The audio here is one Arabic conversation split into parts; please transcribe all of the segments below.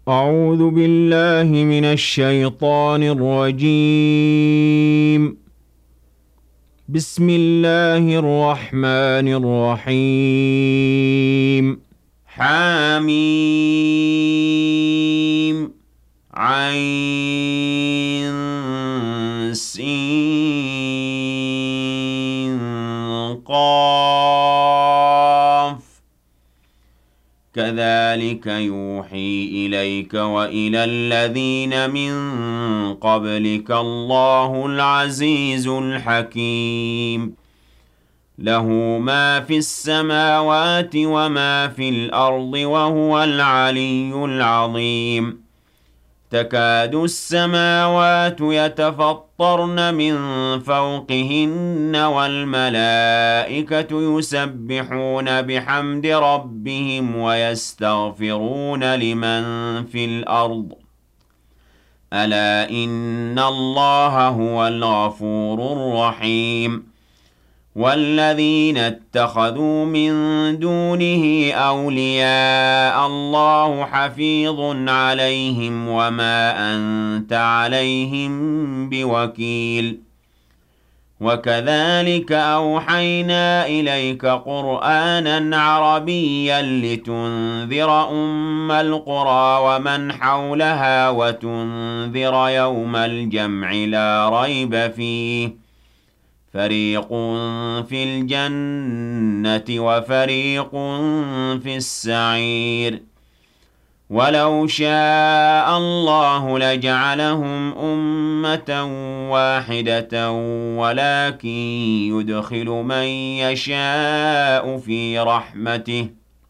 أعوذ بالله من الشيطان الرجيم. بسم الله الرحمن الرحيم. حميم عين سين قاف كذلك يوحي إليك وإلى الذين من قبلك الله العزيز الحكيم. له ما في السماوات وما في الأرض وهو العلي العظيم. تكاد السماوات يتفطرن من فوقهن والملائكة يسبحون بحمد ربهم ويستغفرون لمن في الأرض ألا إن الله هو الغفور الرحيم. والذين اتخذوا من دونه أولياء الله حفيظ عليهم وما أنت عليهم بوكيل. وكذلك أوحينا إليك قرآنا عربيا لتنذر أم القرى ومن حولها وتنذر يوم الجمع لا ريب فيه فريق في الجنة وفريق في السعير. ولو شاء الله لجعلهم أمة واحدة ولكن يدخل من يشاء في رحمته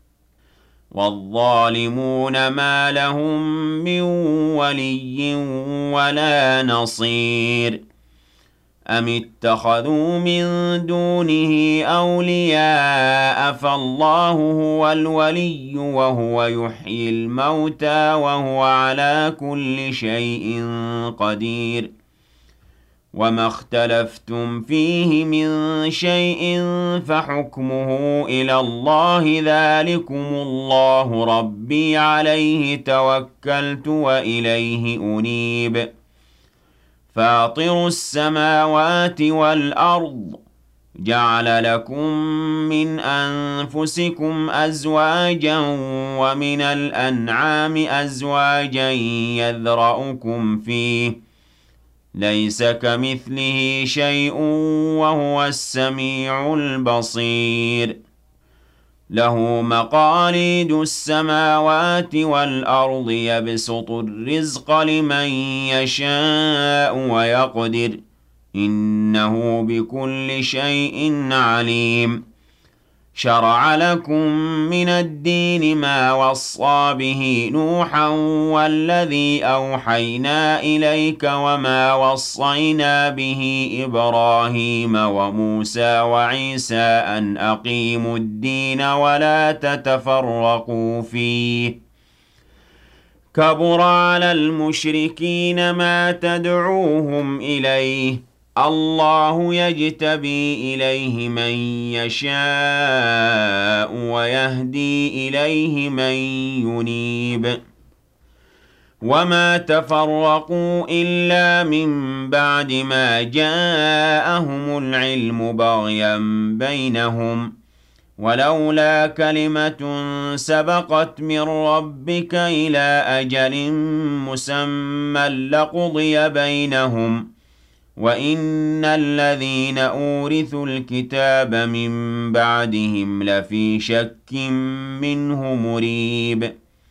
والظالمون ما لهم من ولي ولا نصير. أم اتخذوا من دونه أولياء فالله هو الولي وهو يحيي الموتى وهو على كل شيء قدير. وما اختلفتم فيه من شيء فحكمه إلى الله ذلكم الله ربي عليه توكلت وإليه أنيب. فاطر السماوات والأرض جعل لكم من أنفسكم أزواجا ومن الأنعام أزواجا يذرأكم فيه ليس كمثله شيء وهو السميع البصير. له مقاليد السماوات والأرض يبسط الرزق لمن يشاء ويقدر إنه بكل شيء عليم. شرع لكم من الدين ما وصى به نوحا والذي أوحينا إليك وما وصينا به إبراهيم وموسى وعيسى أن أقيموا الدين ولا تتفرقوا فيه. كبر على المشركين ما تدعوهم إليه الله يجتبي إليه من يشاء ويهدي إليه من ينيب. وما تفرقوا إلا من بعد ما جاءهم العلم بغيا بينهم ولولا كلمة سبقت من ربك إلى أجل مسمى لقضي بينهم وإن الذين أورثوا الكتاب من بعدهم لفي شك منه مريب.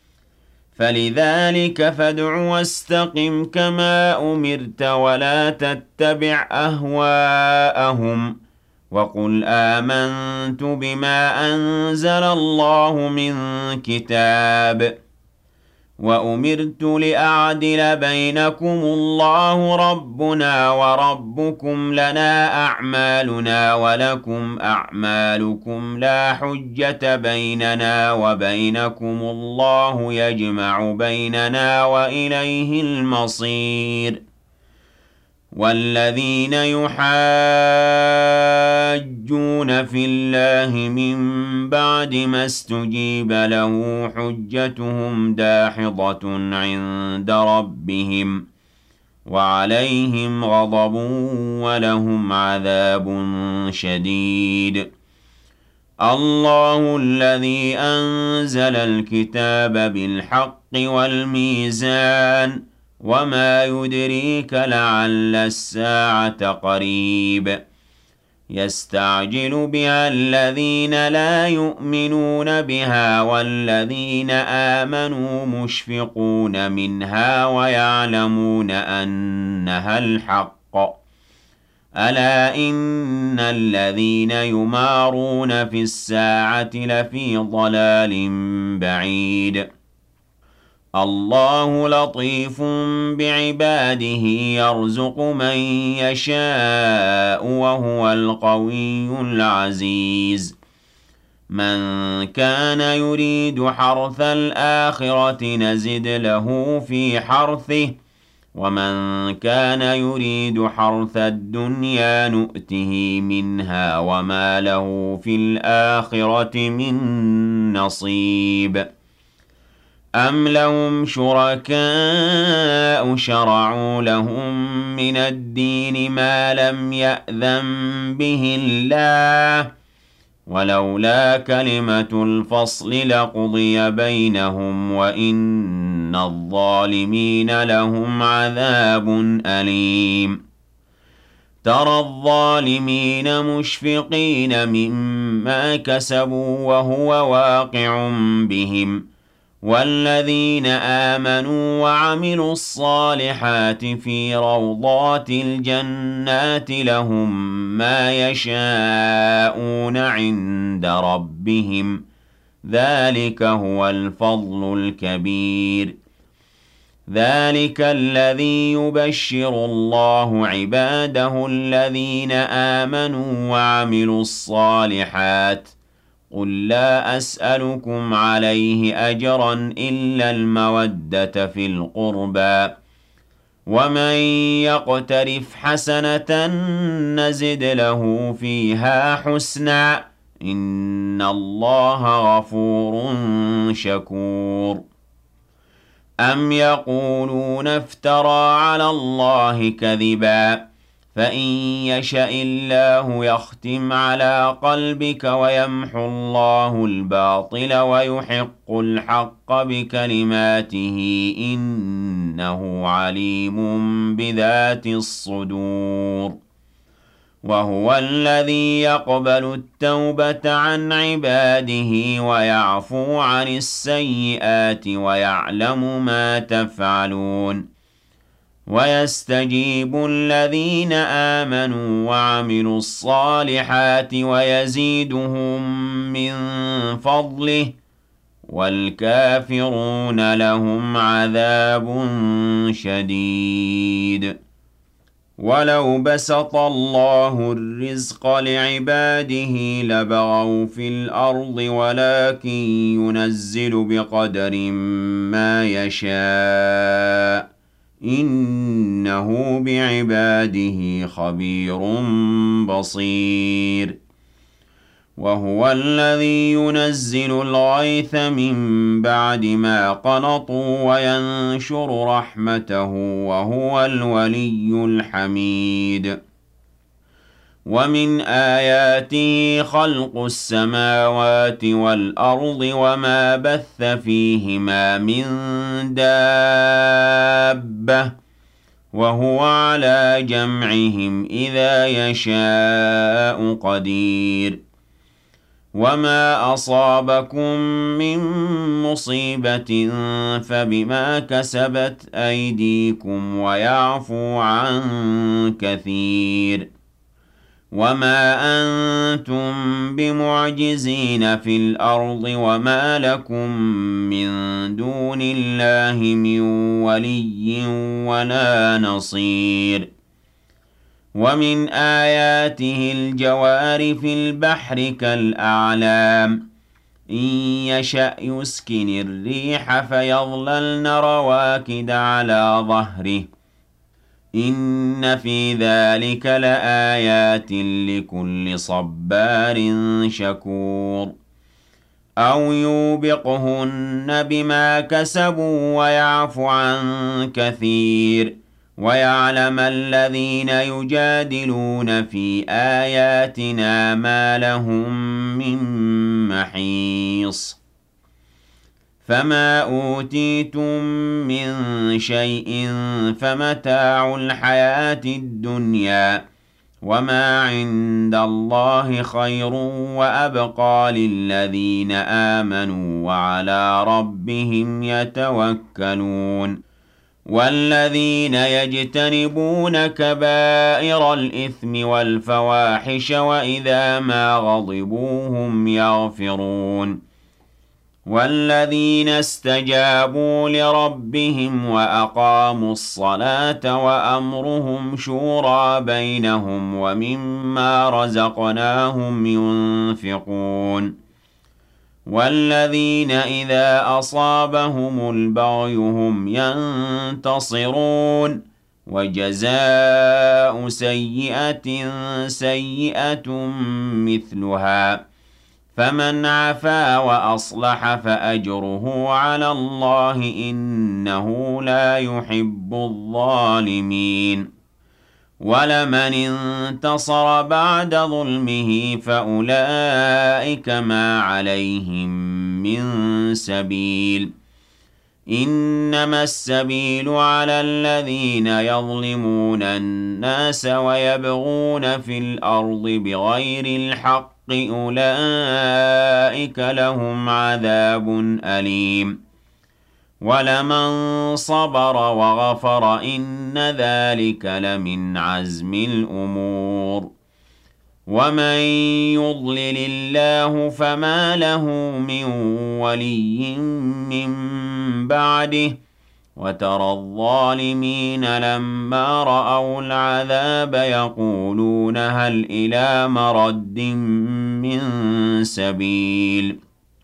فلذلك فادع واستقم كما أمرت ولا تتبع أهواءهم وقل آمنت بما أنزل الله من كتاب وأمرت لأعدل بينكم الله ربنا وربكم لنا أعمالنا ولكم أعمالكم لا حجة بيننا وبينكم الله يجمع بيننا وإليه المصير. والذين يحاجون في الله من بعد ما استجيب له حجتهم داحضة عند ربهم وعليهم غضب ولهم عذاب شديد. الله الذي أنزل الكتاب بالحق والميزان وما يدريك لعل الساعة قريب يستعجل بها الذين لا يؤمنون بها والذين آمنوا مشفقون منها ويعلمون أنها الحق ألا إن الذين يمارون في الساعة لفي ضلال بعيد. الله لطيف بعباده يرزق من يشاء وهو القوي العزيز. من كان يريد حرث الآخرة نزد له في حرثه ومن كان يريد حرث الدنيا نؤته منها وما له في الآخرة من نصيب. أم لهم شركاء شرعوا لهم من الدين ما لم يأذن به الله ولولا كلمة الفصل لقضي بينهم وإن الظالمين لهم عذاب أليم. ترى الظالمين مشفقين مما كسبوا وهو واقع بهم والذين آمنوا وعملوا الصالحات في روضات الجنات لهم ما يشاءون عند ربهم ذلك هو الفضل الكبير. ذلك الذي يبشر الله عباده الذين آمنوا وعملوا الصالحات قل لا أسألكم عليه أجرا إلا المودة في القربى ومن يقترف حسنة نزد له فيها حسنا إن الله غفور شكور. أم يقولون افترى على الله كذبا فإن يشأ الله يختم على قلبك ويمحو الله الباطل ويحق الحق بكلماته إنه عليم بذات الصدور. وهو الذي يقبل التوبة عن عباده ويعفو عن السيئات ويعلم ما تفعلون. ويستجيب الذين آمنوا وعملوا الصالحات ويزيدهم من فضله والكافرون لهم عذاب شديد. ولو بسط الله الرزق لعباده لبغوا في الأرض ولكن ينزل بقدر ما يشاء إنه بعباده خبير بصير. وهو الذي ينزل الغيث من بعد ما قنطوا وينشر رحمته وهو الولي الحميد. ومن آياته خلق السماوات والأرض وما بث فيهما من دابة وهو على جمعهم إذا يشاء قدير. وما أصابكم من مصيبة فبما كسبت أيديكم ويعفو عن كثير. وما أنتم بمعجزين في الأرض وما لكم من دون الله من ولي ولا نصير. ومن آياته الجوار في البحر كالأعلام إن يشأ يسكن الريح فيظللن رواكد على ظهره إن في ذلك لآيات لكل صبار شكور أو يوبقهن بما كسبوا ويعف عن كثير ويعلم الذين يجادلون في آياتنا ما لهم من محيص فما أوتيتم من شيء فمتاع الحياة الدنيا وما عند الله خير وأبقى للذين آمنوا وعلى ربهم يتوكلون والذين يجتنبون كبائر الإثم والفواحش وإذا ما غضبوا هم يغفرون والذين استجابوا لربهم وأقاموا الصلاة وأمرهم شورى بينهم ومما رزقناهم ينفقون والذين إذا أصابهم البغي هم ينتصرون وجزاء سيئة سيئة مثلها فمن عفا وأصلح فأجره على الله إنه لا يحب الظالمين ولمن انتصر بعد ظلمه فأولئك ما عليهم من سبيل إنما السبيل على الذين يظلمون الناس ويبغون في الأرض بغير الحق أولئك لهم عذاب أليم ولمن صبر وغفر إن ذلك لمن عزم الأمور ومن يضلل الله فما له من ولي من بعده وترى الظالمين لما رأوا العذاب يقولون هل إلى مرد من سبيل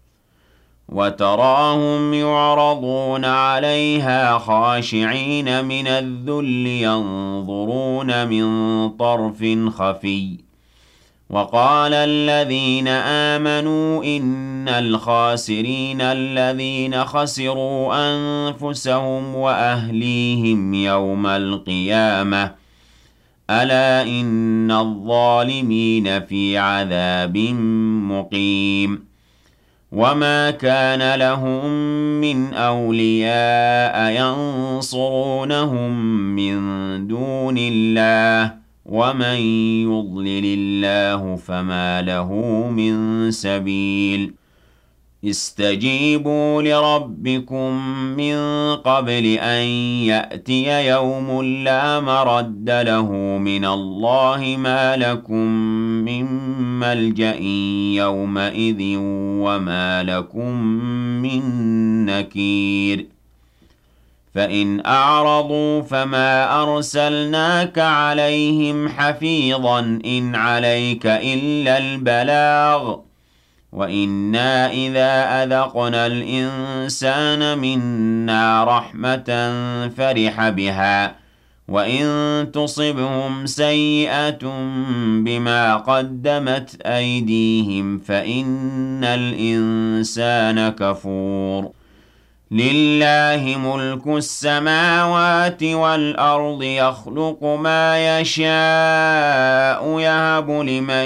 وتراهم يعرضون عليها خاشعين من الذل ينظرون من طرف خفي وقال الذين آمنوا إن الخاسرين الذين خسروا أنفسهم وأهليهم يوم القيامة ألا إن الظالمين في عذاب مقيم وما كان لهم من أولياء ينصرونهم من دون الله ومن يضلل الله فما له من سبيل استجيبوا لربكم من قبل أن يأتي يوم لا مرد له من الله ما لكم من ملجأ يومئذ وما لكم من نكير فإن أعرضوا فما أرسلناك عليهم حفيظا إن عليك إلا البلاغ وإنا إذا أذقنا الإنسان منا رحمة فرح بها وإن تصبهم سيئة بما قدمت أيديهم فإن الإنسان كفور لله ملك السماوات والأرض يخلق ما يشاء يهب لمن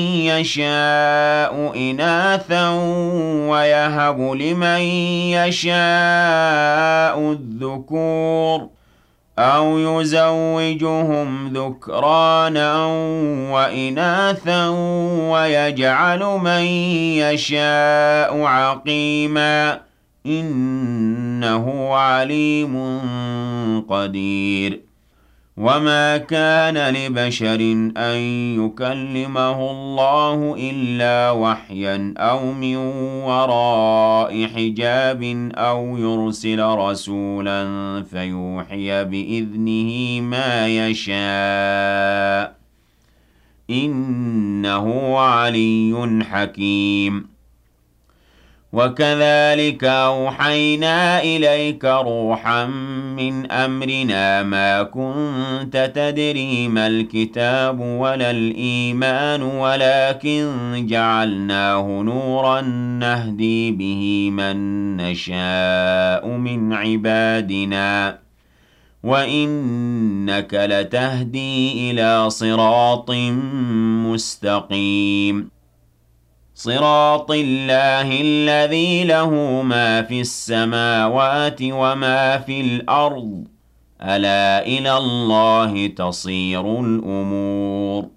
يشاء إناثا ويهب لمن يشاء الذكور أو يزوجهم ذكرانا وإناثا ويجعل من يشاء عقيما إنه عليم قدير وما كان لبشر أن يكلمه الله إلا وحيا أو من وراء حجاب أو يرسل رسولا فيوحي بإذنه ما يشاء إنه علي حكيم وكذلك أوحينا إليك روحا من أمرنا ما كنت تدري ما الكتاب ولا الإيمان ولكن جعلناه نورا نهدي به من نشاء من عبادنا وإنك لتهدي إلى صراط مستقيم صراط الله الذي له ما في السماوات وما في الأرض ألا إلى الله تصير الأمور